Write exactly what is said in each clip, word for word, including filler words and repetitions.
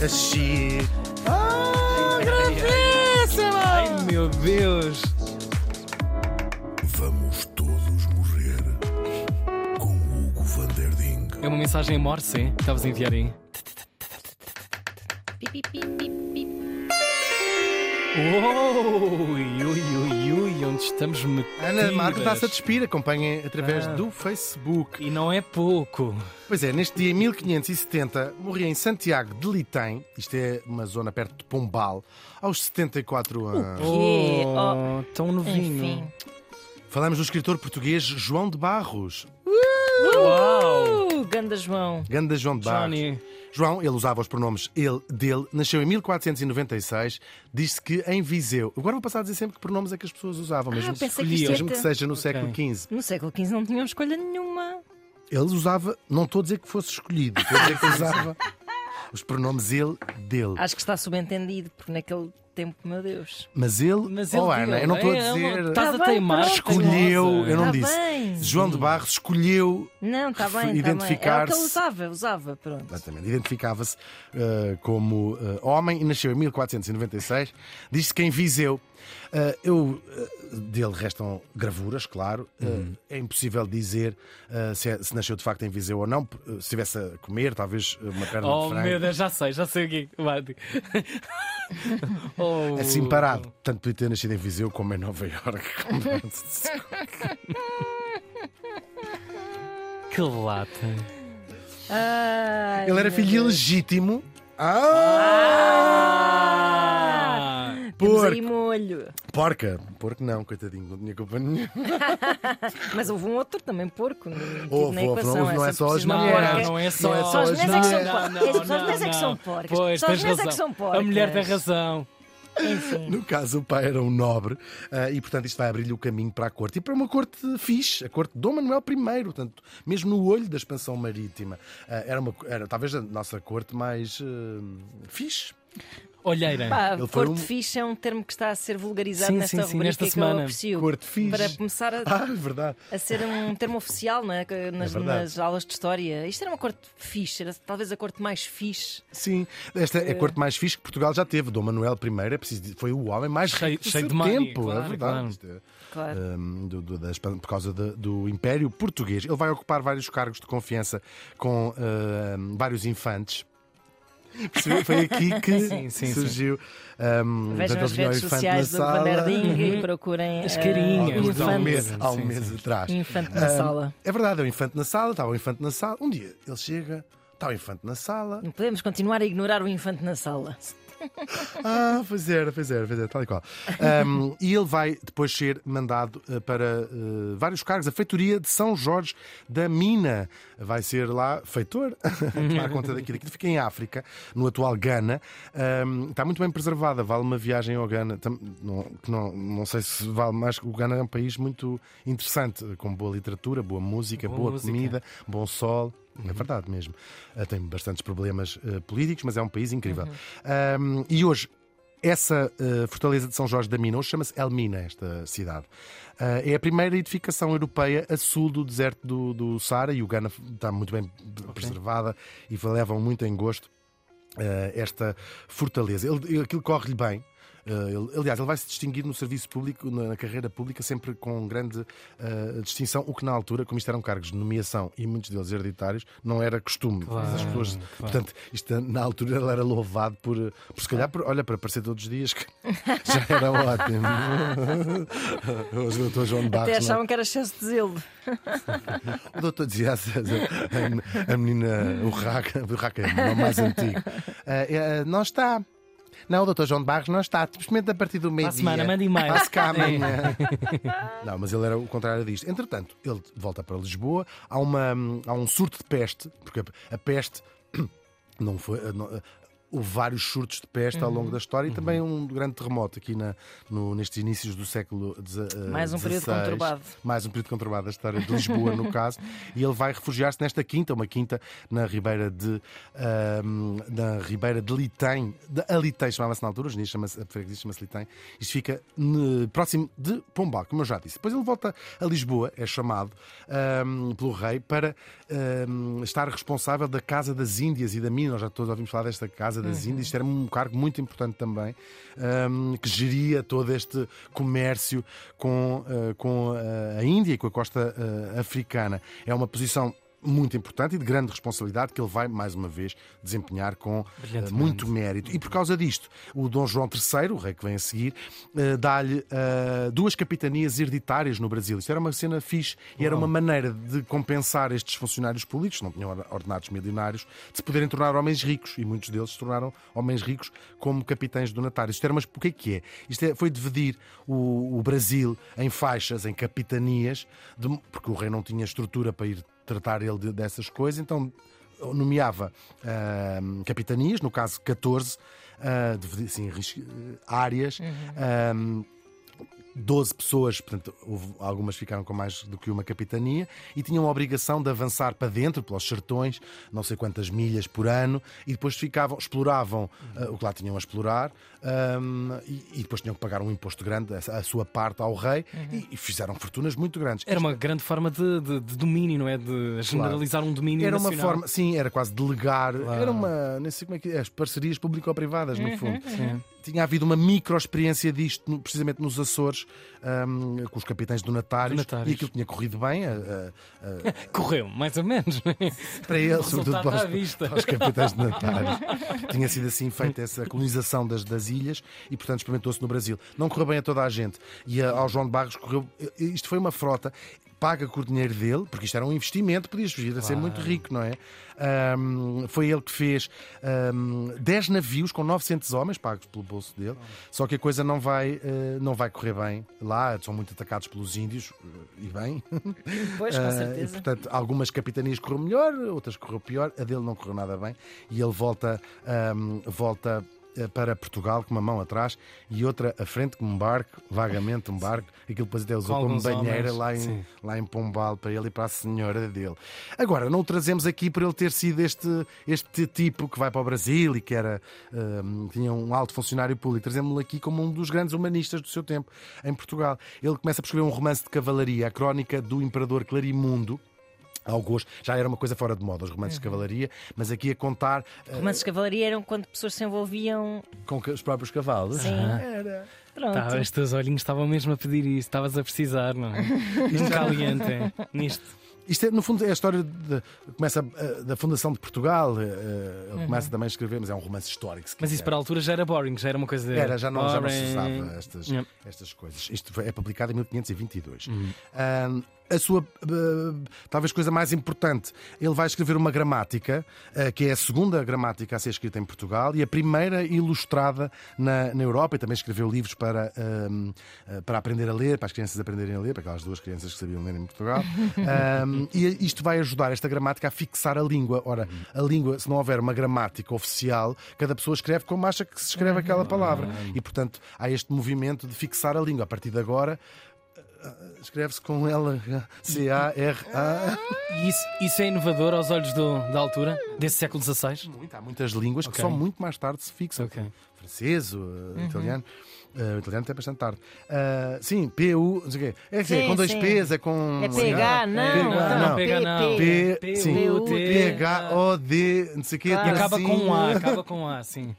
A Chique. Ah, gravíssima! Ai, meu Deus! Vamos todos morrer com Hugo van der Ding. É uma mensagem em Morse, hein? Estavas a enviar aí. Pi, pi, pi, pi, pi. Ui, ui, ui, ui, onde estamos metidos? Ana Marco está-se a despir. Acompanhem através Ah. do Facebook. E não é pouco. Pois é, neste dia em mil quinhentos e setenta morria em Santiago de Litém, isto é uma zona perto de Pombal, aos setenta e quatro anos. quê? Oh, tão novinho. Enfim. Falamos do escritor português João de Barros. Uau! Uh, Ganda João. Ganda João de Barros. Johnny. João, ele usava os pronomes ele, dele, nasceu em mil quatrocentos e noventa e seis, diz-se que em Viseu. Agora vou passar a dizer sempre que pronomes é que as pessoas usavam, mesmo, Ah, pensei que escolhiam. isto mesmo que ia ter... seja no século quinze. No século quinze não tinham escolha nenhuma. Ele usava, não estou a dizer que fosse escolhido, estou a dizer que usava os pronomes ele, dele. Acho que está subentendido, porque naquele tempo, meu Deus. Mas ele, Mas ele oh Ana, deu. eu não estou a É, dizer. Estás Tá a bem, teimar. pronto. Escolheu, teimosa. eu não Tá disse. bem. João de Barros escolheu. Não, está bem, está bem. É o que Identificar-se. ele usava, usava, pronto. Exatamente, identificava-se uh, como uh, homem e nasceu em mil quatrocentos e noventa e seis. Diz-se que em Viseu. Uh, eu, uh, dele restam gravuras, claro. Uh, Uhum. É impossível dizer uh, se, é- se nasceu de facto em Viseu ou não. Uh, Se estivesse a comer, talvez uh, uma perna Oh, de frango. meu Deus, já sei, já sei o que é. Vai. Oh. Assim parado. Tanto podia ter nascido em Viseu como em Nova Iorque. Que lata. Ai, Ele era meu filho Deus. ilegítimo. Ah! Ah! Temos Porco. aí molho. Porca. Porco não, coitadinho, não tinha culpa nenhuma. Mas houve um outro também, porco, metido Houve, na houve, equação. não- não é Essa só as preciso de uma mulheres. porca. Não é só, Não é Só as mulheres é que são Não, porcas. não, Só as não, mulheres é que não. são porcas. Pois, Só as tens mulheres é que razão. são porcas. A mulher tem razão. Enfim. No caso, o pai era um nobre ah, e, portanto, isto vai abrir-lhe o caminho para a corte. E para uma corte fixe, a corte de Dom Manuel I, portanto, mesmo no olho da expansão marítima. Ah, era, uma, era talvez a nossa corte mais ah, fixe. Olheira. Pá, Ele foi corte um- fixe é um termo que está a ser vulgarizado Sim, nesta sim, sim, rubrica nesta que semana. eu aprecio. Corte fixe. Para começar a, Ah, é verdade. a ser um termo oficial, não é? nas, verdade. nas aulas de história. Isto era uma corte fixe, era talvez a corte mais fixe. Sim, esta é a corte mais fixe que Portugal já teve. Dom Manuel I é preciso dizer, foi o homem mais Cheio- rico do cheio seu de money, tempo. claro, é verdade. claro. Isto é, Claro. hum, do- do- da expan- por causa de- do Império Português. Ele vai ocupar vários cargos de confiança com hum, vários infantes. Percebeu? Foi aqui que Sim, sim, surgiu. hum, Vejam portanto, as ele tinha o redes infante sociais na do sala. Van der Ding e procurem As eh, carinhas. Há um mês, infante, há um Sim, mês sim. atrás. infante na Hum, sala. É verdade, é o infante na sala, estava o infante na sala. Um dia ele chega, está o infante na sala. Não podemos continuar a ignorar o infante na sala. Ah, pois era, pois era, pois era, tal e qual. Um, e ele vai depois ser mandado uh, para uh, vários cargos. A feitoria de São Jorge da Mina vai ser lá feitor, a tomar conta daquilo. Aquilo fica em África, no atual Ghana. Um, está muito bem preservada, vale uma viagem ao Ghana. Tam- não, que não, não sei se vale mais. O Ghana é um país muito interessante, com boa literatura, boa música, Boa boa, música. comida, bom sol. É verdade mesmo. Uh, tem bastantes problemas uh, políticos, mas é um país incrível. Um, e hoje, essa uh, fortaleza de São Jorge da Mina, hoje chama-se Elmina, esta cidade. Uh, é a primeira edificação europeia a sul do deserto do, do Saara, e o Ghana está muito bem preservada e levam muito em gosto uh, esta fortaleza. Ele, aquilo corre-lhe bem. Uh, ele, aliás, ele vai se distinguir no serviço público, na, na carreira pública, sempre com grande uh, distinção, o que na altura, como isto eram cargos de nomeação e muitos deles hereditários, não era costume. Claro, As pessoas, claro. Portanto, isto, na altura ele era louvado por, por se calhar, por, olha, para aparecer todos os dias, que já era ótimo. Hoje o doutor João de Barros, Até não é? achavam que era excesso de zelo. O doutor dizia a, a, a menina, o Raca, o Raca é o nome mais antigo. Ah, é, não está. Não, o doutor João de Barros não está. Simplesmente a partir do Para a meio-dia. semana, manda e-mail. Passe cá amanhã. Não, mas ele era o contrário disto. Entretanto, ele volta para Lisboa. Há, uma, há um surto de peste, porque a, a peste não foi. Não, houve vários surtos de peste ao longo da história e também um grande terremoto aqui na, no, nestes inícios do século dezasseis. Mais um período conturbado. Mais um período conturbado da história de Lisboa, no caso. E ele vai refugiar-se nesta quinta, uma quinta na Ribeira de, ahm, na Ribeira de Litém. De Alitém chamava-se na altura, hoje em dia chama-se, a freguesia chama-se Litém. Isto fica ne- próximo de Pombal, como eu já disse. Depois ele volta a Lisboa, é chamado ahm, pelo rei para ahm, estar responsável da Casa das Índias e da Mina. Nós já todos ouvimos falar desta Casa das Índias. Isto era um cargo muito importante também, um, que geria todo este comércio com, uh, com uh, a Índia e com a costa uh, africana. É uma posição muito importante e de grande responsabilidade que ele vai, mais uma vez, desempenhar com uh, muito mérito. E por causa disto, o Dom João terceiro, o rei que vem a seguir, uh, dá-lhe uh, duas capitanias hereditárias no Brasil. Isto era uma cena fixe e era uma maneira de compensar estes funcionários públicos, que não tinham ordenados milionários, de se poderem tornar homens ricos. E muitos deles se tornaram homens ricos como capitães donatários. Isto era, mas o que é que é? Isto é, foi dividir o, o Brasil em faixas, em capitanias, de, porque o rei não tinha estrutura para ir tratar ele de, dessas coisas, então nomeava uh, capitanias, no caso catorze, uh, assim, áreas, uhum. uh, doze pessoas, portanto, houve, algumas ficaram com mais do que uma capitania e tinham a obrigação de avançar para dentro, pelos sertões, não sei quantas milhas por ano, e depois ficavam, exploravam uh, o que lá tinham a explorar, um, e, e depois tinham que pagar um imposto grande, a, a sua parte ao rei, uhum. e, e fizeram fortunas muito grandes. Era uma grande forma de, de, de domínio, não é? De generalizar claro. um domínio era nacional. Uma forma, sim, era quase delegar, claro. era uma, nem sei como é que é, as parcerias público-privadas, no fundo. Uhum. Tinha havido uma micro-experiência disto, precisamente nos Açores, um, com os capitães donatários, donatários, e aquilo tinha corrido bem. A, a, a... Correu, mais ou menos. Para eles, sobretudo para os, para os capitães donatários. Tinha sido assim feita essa colonização das, das ilhas e, portanto, experimentou-se no Brasil. Não correu bem a toda a gente. E a, ao João de Barros correu. Isto foi uma frota paga com o dinheiro dele, porque isto era um investimento, podias vir a claro. ser muito rico, não é? Um, foi ele que fez um, dez navios com novecentos homens pagos pelo bolso dele, só que a coisa não vai, uh, não vai correr bem lá, são muito atacados pelos índios, uh, e bem. Pois, com certeza. Uh, e, portanto, algumas capitanias correram melhor, outras correu pior, a dele não correu nada bem, e ele volta, um, volta para Portugal com uma mão atrás e outra à frente com um barco, vagamente um barco, aquilo depois até usou como banheira lá em, lá em Pombal para ele e para a senhora dele. Agora, não o trazemos aqui por ele ter sido este, este tipo que vai para o Brasil e que era, um, tinha um alto funcionário público. Trazemos-lo aqui como um dos grandes humanistas do seu tempo em Portugal. Ele começa por escrever um romance de cavalaria, a crónica do Imperador Clarimundo. Ao gosto. Já era uma coisa fora de moda, os romances uhum. de cavalaria, mas aqui a contar. Romances uh, de cavalaria eram quando pessoas se envolviam com os próprios cavalos. Sim. Ah. Era. Pronto. Tá, os teus olhinhos estavam mesmo a pedir isso, estavas a precisar, não é? Um caliente é, nisto. Isto, é, no fundo, é a história de, começa uh, da fundação de Portugal. Uh, ele uhum. começa também a escrever, mas é um romance histórico. Mas isso para a altura já era boring, já era uma coisa. Era, já não, já não se usava boring. estas, Yep. estas coisas. Isto foi, é publicado em mil quinhentos e vinte e dois. Uhum. Um, a sua, uh, talvez, coisa mais importante, ele vai escrever uma gramática, uh, que é a segunda gramática a ser escrita em Portugal e a primeira ilustrada na, na Europa, e também escreveu livros para, um, uh, para aprender a ler, para as crianças aprenderem a ler, para aquelas duas crianças que sabiam ler em Portugal. um, e isto vai ajudar esta gramática a fixar a língua. Ora, a língua, se não houver uma gramática oficial, cada pessoa escreve como acha que se escreve aquela palavra. E, portanto, há este movimento de fixar a língua. A partir de agora, escreve-se com L C A R A. E isso, isso é inovador aos olhos do, da altura, desse século dezasseis? Muito, há muitas línguas okay. que só muito mais tarde se fixam. Okay. Francês, uh, uhum. italiano. Uh, o italiano até bastante tarde. Uh, sim, P U, não sei o quê. É, sim, é com dois sim. P's, é com. É P H, não. P H, não. P H, não. P, P, sim. P H O D, não sei o quê. E acaba com um A, acaba com um A, sim.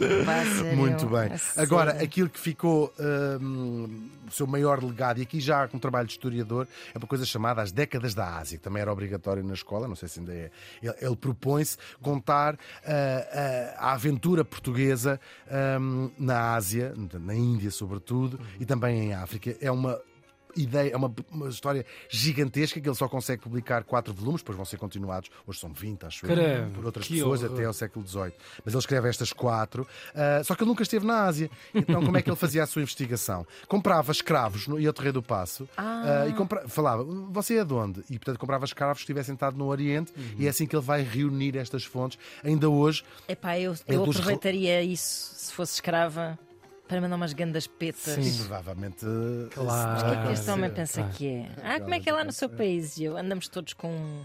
Muito bem. Agora, aquilo que ficou um, o seu maior legado, e aqui já com trabalho de historiador, é uma coisa chamada As Décadas da Ásia, que também era obrigatório na escola, não sei se ainda é. Ele, ele propõe-se contar uh, uh, a aventura portuguesa um, na Ásia, na Índia sobretudo, e também em África. É uma ideia, é uma, uma história gigantesca que ele só consegue publicar quatro volumes, depois vão ser continuados, hoje são vinte, acho eu, por outras pessoas horror. Até ao século dezoito. Mas ele escreve estas quatro, uh, só que ele nunca esteve na Ásia. Então como é que ele fazia a sua investigação? Comprava escravos no ia ao Terreiro do Paço ah. uh, e compra, falava, você é de onde? E portanto comprava escravos que estivessem sentado no Oriente, uhum. e é assim que ele vai reunir estas fontes. Ainda hoje... Epá, eu, eu aproveitaria dos... isso se fosse escrava. Para mandar umas grandes petas. Sim, provavelmente. Claro. Mas o que é que este homem pensa claro. que é? Ah, como é que é lá no seu país? E eu andamos todos com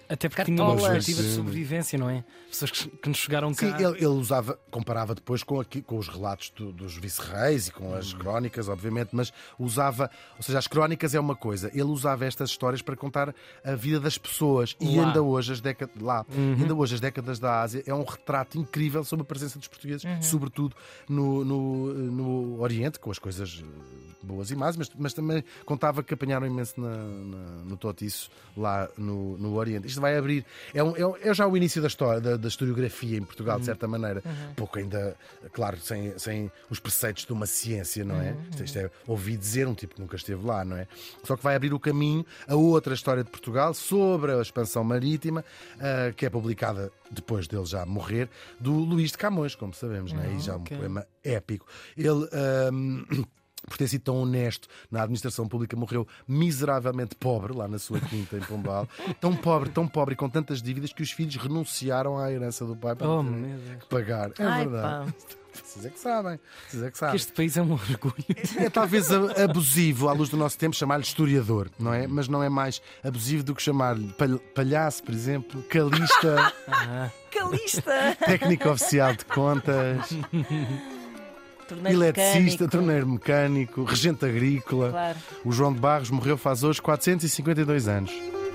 Até porque tinha uma Cartolas. perspectiva de sobrevivência, não é? Pessoas que, que nos chegaram cá. Sim, ele, ele usava, comparava depois com, aqui, com os relatos do- dos vice-reis e com as crónicas, obviamente, mas usava, ou seja, as crónicas é uma coisa, ele usava estas histórias para contar a vida das pessoas e Lá. ainda hoje as décadas lá, ainda hoje as décadas da Ásia é um retrato incrível sobre a presença dos portugueses, sobretudo no, no, no Oriente, com as coisas boas e más, mas, mas também contava que apanharam imenso na, na- no totiço lá no, no Oriente. Isto vai abrir, é, um- é um- é já o início da história, da, da historiografia em Portugal, de certa maneira, pouco ainda, claro, sem, sem os preceitos de uma ciência, não é? Isto, isto é ouvi dizer um tipo que nunca esteve lá, não é? Só que vai abrir o caminho a outra história de Portugal sobre a expansão marítima, ah, que é publicada depois dele já morrer, do Luís de Camões, como sabemos, não é? E já um ok. poema épico. Ele. ahm, por ter sido tão honesto na administração pública, morreu miseravelmente pobre lá na sua quinta em Pombal. Tão pobre, tão pobre e com tantas dívidas que os filhos renunciaram à herança do pai para Oh, não terem meu Deus. que pagar. É Ai, verdade. pá. Vocês é que sabem. Vocês é que Que sabem. este país é um orgulho. É talvez a- abusivo, à luz do nosso tempo, chamar-lhe historiador, não é? Mas não é mais abusivo do que chamar-lhe pal- palhaço, por exemplo, calista, Ah, Calista! técnico oficial de contas, Torneiro eletricista, mecânico. torneiro mecânico, regente agrícola. Claro. O João de Barros morreu faz hoje quatrocentos e cinquenta e dois anos.